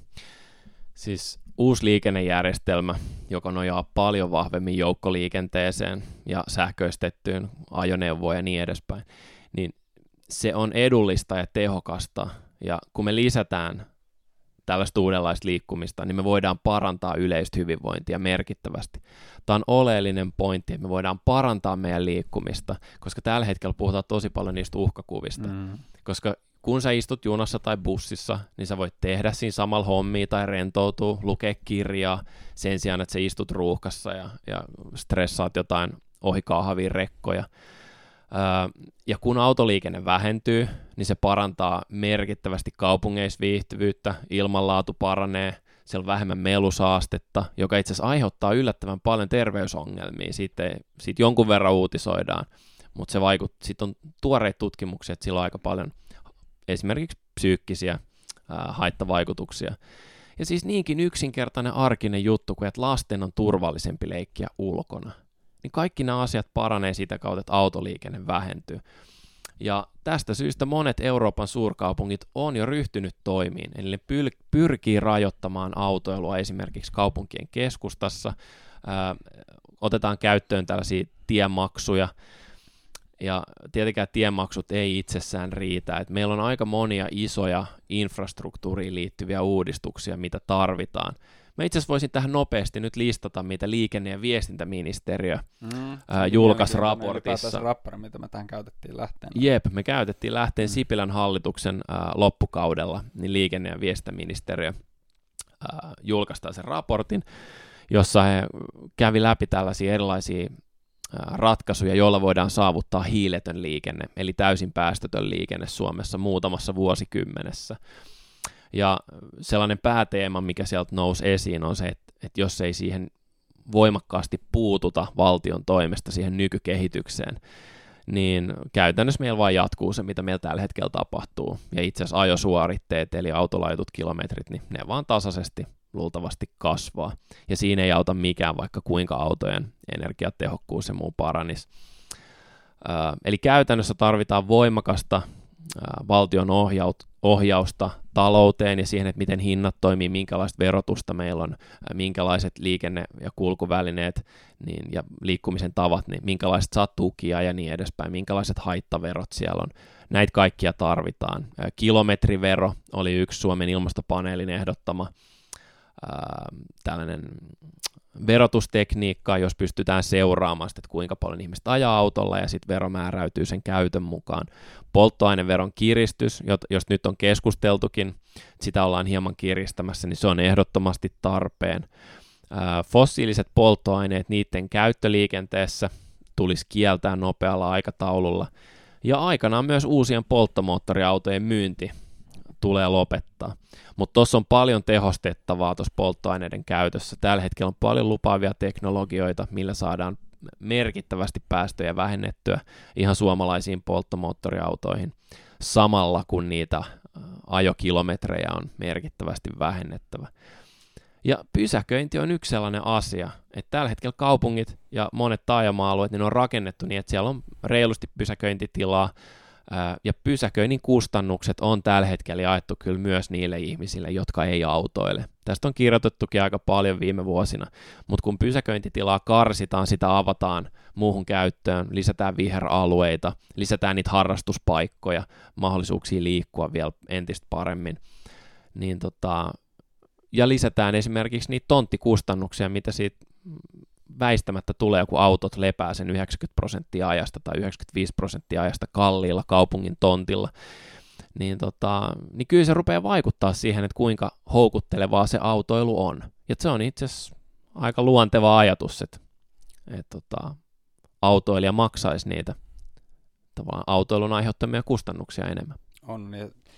Siis uusi liikennejärjestelmä, joka nojaa paljon vahvemmin joukkoliikenteeseen ja sähköistettyyn ajoneuvoon ja niin edespäin, niin se on edullista ja tehokasta, ja kun me lisätään tällaista uudenlaista liikkumista, niin me voidaan parantaa yleistä hyvinvointia merkittävästi. Tämä on oleellinen pointti, että me voidaan parantaa meidän liikkumista, koska tällä hetkellä puhutaan tosi paljon niistä uhkakuvista, mm. koska kun sä istut junassa tai bussissa, niin sä voit tehdä siinä samalla hommia tai rentoutua, lukea kirjaa sen sijaan, että sä istut ruuhkassa ja, ja stressaat jotain ohi kaahavia rekkoja. Öö, ja kun autoliikenne vähentyy, niin se parantaa merkittävästi kaupungeissa viihtyvyyttä, ilmanlaatu paranee, siellä on vähemmän melusaastetta, joka itse asiassa aiheuttaa yllättävän paljon terveysongelmia. Siitä, ei, siitä jonkun verran uutisoidaan, mutta se vaikuttaa, siitä on tuoreita tutkimuksia, että sillä on aika paljon esimerkiksi psyykkisiä ää, haittavaikutuksia. Ja siis niinkin yksinkertainen arkinen juttu, kuin että lasten on turvallisempi leikkiä ulkona. Niin kaikki nämä asiat paranee sitä kautta, että autoliikenne vähentyy. Ja tästä syystä monet Euroopan suurkaupungit on jo ryhtynyt toimiin, eli ne pyl- pyrkii rajoittamaan autoilua esimerkiksi kaupunkien keskustassa, ää, otetaan käyttöön tällaisia tiemaksuja, ja tietenkään tiemaksut ei itsessään riitä, että meillä on aika monia isoja infrastruktuuriin liittyviä uudistuksia, mitä tarvitaan. Mä itse asiassa voisin tähän nopeasti nyt listata, mitä liikenne- ja viestintäministeriö mm, ää, julkaisi raportissa. Rappari, mitä me tähän käytettiin lähteenä. Jep, me käytettiin lähteen mm. Sipilän hallituksen ää, loppukaudella, niin liikenne- ja viestintäministeriö ää, julkaistaan sen raportin, jossa he kävi läpi tällaisia erilaisia ää, ratkaisuja, joilla voidaan saavuttaa hiiletön liikenne, eli täysin päästötön liikenne Suomessa muutamassa vuosikymmenessä. Ja sellainen pääteema, mikä sieltä nousi esiin, on se, että, että jos ei siihen voimakkaasti puututa valtion toimesta siihen nykykehitykseen, niin käytännössä meillä vain jatkuu se, mitä meillä tällä hetkellä tapahtuu. Ja itse asiassa ajosuoritteet, eli autolaitut kilometrit, niin ne vaan tasaisesti luultavasti kasvaa. Ja siinä ei auta mikään, vaikka kuinka autojen energiatehokkuus ja muu paranisi. Äh, eli käytännössä tarvitaan voimakasta äh, valtion ohjaut, ohjausta talouteen ja siihen, että miten hinnat toimii, minkälaista verotusta meillä on, minkälaiset liikenne- ja kulkuvälineet niin, ja liikkumisen tavat, niin minkälaiset saa tukia ja niin edespäin, minkälaiset haittaverot siellä on. Näitä kaikkia tarvitaan. Kilometrivero oli yksi Suomen ilmastopaneelin ehdottama ää, tällainen verotustekniikka, jos pystytään seuraamaan sitä, että kuinka paljon ihmiset ajaa autolla ja sitten vero määräytyy sen käytön mukaan. Polttoaineveron kiristys, jos nyt on keskusteltukin, sitä ollaan hieman kiristämässä, niin se on ehdottomasti tarpeen. Ää, fossiiliset polttoaineet, niiden käyttöliikenteessä tulisi kieltää nopealla aikataululla. Ja aikanaan myös uusien polttomoottoriautojen myynti tulee lopettaa. Mutta tuossa on paljon tehostettavaa tuossa polttoaineiden käytössä. Tällä hetkellä on paljon lupaavia teknologioita, millä saadaan merkittävästi päästöjä vähennettyä ihan suomalaisiin polttomoottoriautoihin samalla, kun niitä ajokilometrejä on merkittävästi vähennettävä. Ja pysäköinti on yksi sellainen asia, että tällä hetkellä kaupungit ja monet taajama-alueet niin on rakennettu niin, että siellä on reilusti pysäköintitilaa, ja pysäköinnin kustannukset on tällä hetkellä jaettu kyllä myös niille ihmisille, jotka ei autoile. Tästä on kirjoitettukin aika paljon viime vuosina, mutta kun pysäköintitilaa karsitaan, sitä avataan muuhun käyttöön, lisätään viheralueita, lisätään niitä harrastuspaikkoja, mahdollisuuksia liikkua vielä entistä paremmin, niin tota, ja lisätään esimerkiksi niitä tonttikustannuksia, mitä siitä väistämättä tulee, kun autot lepää sen yhdeksänkymmentä prosenttia ajasta tai yhdeksänkymmentäviisi prosenttia ajasta kalliilla kaupungin tontilla, niin, tota, niin kyllä se rupeaa vaikuttaa siihen, että kuinka houkuttelevaa se autoilu on. Ja se on itse asiassa aika luonteva ajatus, että, että tota, autoilija maksaisi niitä tavallaan autoilun aiheuttamia kustannuksia enemmän. On, ja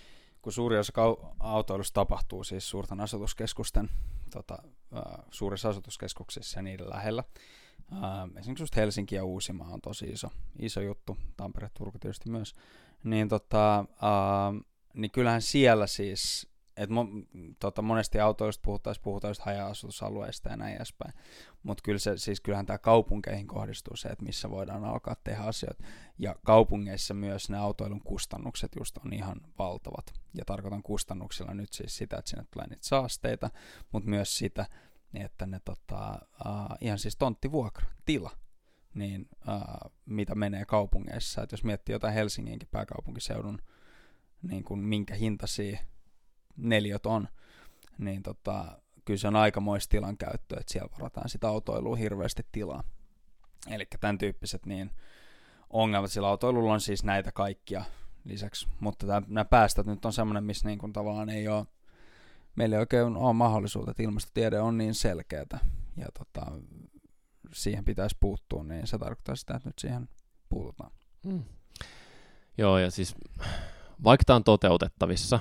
kun suuri osa kau- autoilusta tapahtuu siis suurten asutuskeskusten, tota, uh, suurissa asutuskeskuksissa ja niiden lähellä. Uh, esimerkiksi just Helsinki ja Uusimaa on tosi iso, iso juttu, Tampere, Turku tietysti myös. Niin, tota, uh, niin kyllähän siellä siis, että mo, tota, monesti autoilusta puhutaan, puhutaan just haja-asutusalueista ja näin edespäin. Mutta kyllä se, siis kyllähän tämä kaupunkeihin kohdistuu se, että missä voidaan alkaa tehdä asioita. Ja kaupungeissa myös ne autoilun kustannukset just on ihan valtavat. Ja tarkoitan kustannuksilla nyt siis sitä, että sinne tulee niitä saasteita, mutta myös sitä, että ne tota, uh, ihan siis tonttivuokra, tila, niin uh, mitä menee kaupungeissa. Et jos miettii jotain Helsinginkin pääkaupunkiseudun, niin kuin minkä hintaisia neliöt on, niin tota, kyllä se on aikamoista tilan käyttöä, että siellä varataan sitä autoilua hirveästi tilaa. Eli tämän tyyppiset niin ongelmat sillä autoilulla on siis näitä kaikkia lisäksi, mutta tämän, nämä päästöt nyt on semmoinen, missä niin kuin tavallaan ei ole, meillä ei oikein ole mahdollisuutta, että ilmastotiede on niin selkeätä ja tota, siihen pitäisi puuttua, niin se tarkoittaa sitä, että nyt siihen puututaan. Hmm. Joo, ja siis vaikka tämä on toteutettavissa,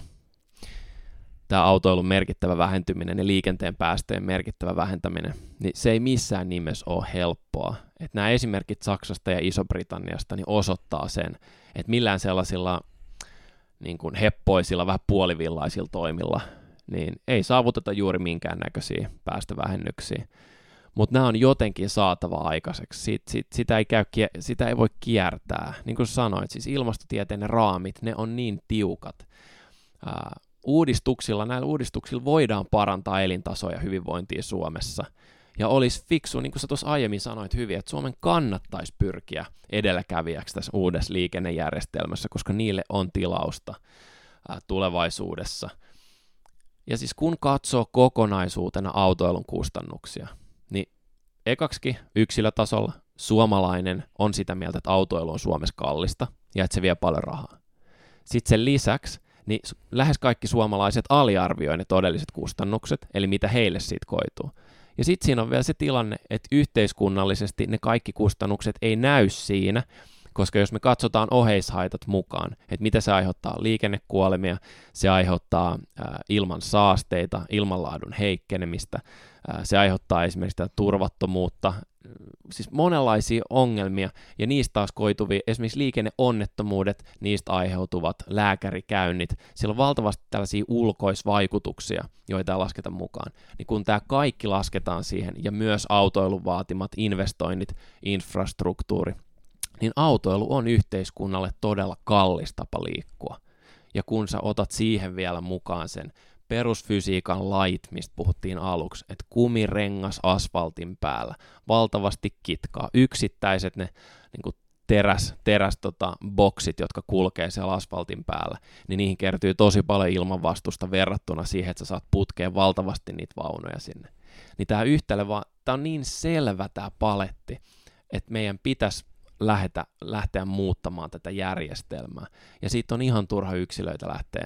tämä autoilun merkittävä vähentyminen ja liikenteen päästöjen merkittävä vähentäminen, niin se ei missään nimessä ole helppoa. Että nämä esimerkit Saksasta ja Iso-Britanniasta niin osoittaa sen, että millään sellaisilla niin kuin heppoisilla, vähän puolivillaisilla toimilla, niin ei saavuteta juuri minkäännäköisiä päästövähennyksiä. Mutta nämä on jotenkin saatava aikaiseksi. Sit, sit, sitä, ei käy, sitä ei voi kiertää. Niin kuin sanoit, siis ilmastotieteen raamit, ne on niin tiukat. Ää, uudistuksilla, näillä uudistuksilla voidaan parantaa elintasoa ja hyvinvointia Suomessa. Ja olisi fiksu, niin kuin sä tuossa aiemmin sanoit hyvin, että Suomen kannattaisi pyrkiä edelläkävijäksi tässä uudessa liikennejärjestelmässä, koska niille on tilausta ää, tulevaisuudessa. Ja siis kun katsoo kokonaisuutena autoilun kustannuksia, niin ekaksikin yksilötasolla suomalainen on sitä mieltä, että autoilu on Suomessa kallista ja että se vie paljon rahaa. Sitten sen lisäksi niin lähes kaikki suomalaiset aliarvioi ne todelliset kustannukset, eli mitä heille siitä koituu. Ja sitten siinä on vielä se tilanne, että yhteiskunnallisesti ne kaikki kustannukset ei näy siinä, koska jos me katsotaan oheishaitat mukaan, että mitä se aiheuttaa liikennekuolemia, se aiheuttaa ää, ilman saasteita, ilmanlaadun heikkenemistä, ää, se aiheuttaa esimerkiksi tätä turvattomuutta, siis monenlaisia ongelmia, ja niistä taas koituvia, esimerkiksi liikenneonnettomuudet, niistä aiheutuvat lääkärikäynnit, siellä on valtavasti tällaisia ulkoisvaikutuksia, joita ei lasketa mukaan. Niin kun tämä kaikki lasketaan siihen, ja myös autoilun vaatimat investoinnit, infrastruktuuri, niin autoilu on yhteiskunnalle todella kallis tapa liikkua. Ja kun sä otat siihen vielä mukaan sen perusfysiikan lait, mistä puhuttiin aluksi, että kumirengas asfaltin päällä, valtavasti kitkaa, yksittäiset ne niin kuin teräs, teräs tota, boksit, jotka kulkee siellä asfaltin päällä, niin niihin kertyy tosi paljon ilmanvastusta verrattuna siihen, että sä saat putkeen valtavasti niitä vaunuja sinne. Niin tää yhtälö vaan, tää on niin selvä tää paletti, että meidän pitäisi Lähetä, lähteä muuttamaan tätä järjestelmää. Ja siitä on ihan turha yksilöitä lähteä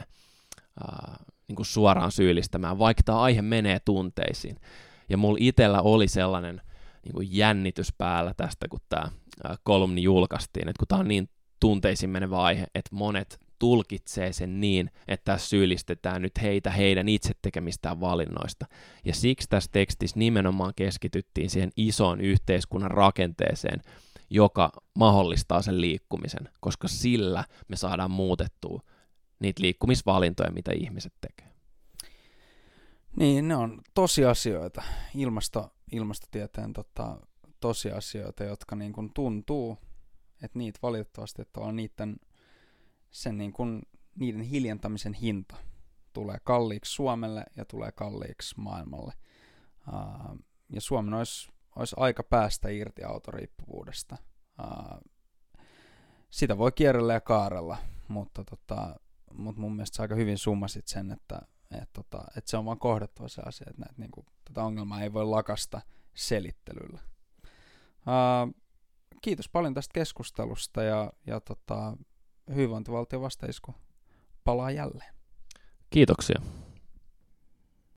ää, niin kuin suoraan syyllistämään, vaikka tämä aihe menee tunteisiin. Ja mulla itsellä oli sellainen niin kuin jännitys päällä tästä, kun tämä ää, kolumni julkaistiin, että kun tämä on niin tunteisiin menevä aihe, että monet tulkitsee sen niin, että tässä syyllistetään nyt heitä heidän itse tekemistään valinnoista. Ja siksi tässä tekstissä nimenomaan keskityttiin siihen isoon yhteiskunnan rakenteeseen, joka mahdollistaa sen liikkumisen, koska sillä me saadaan muutettua niitä liikkumisvalintoja, mitä ihmiset tekee. Niin, ne on tosiasioita, Ilmasto, ilmastotieteen tota, tosiasioita, jotka niin kuin tuntuu, että niitä valitettavasti, että on niiden, sen niin kuin, niiden hiljentämisen hinta tulee kalliiksi Suomelle ja tulee kalliiksi maailmalle. Uh, ja Suomen olisi olisi aika päästä irti autoriippuvuudesta. Uh, sitä voi kierrellä ja kaarella, mutta, tota, mutta mun mielestä sä aika hyvin summasit sen, että et, tota, et se on vaan kohdattava se asia, että näet, niinku, tätä ongelmaa ei voi lakasta selittelyllä. Uh, kiitos paljon tästä keskustelusta ja, ja tota, hyvinvointivaltion vastaisku palaa jälleen. Kiitoksia.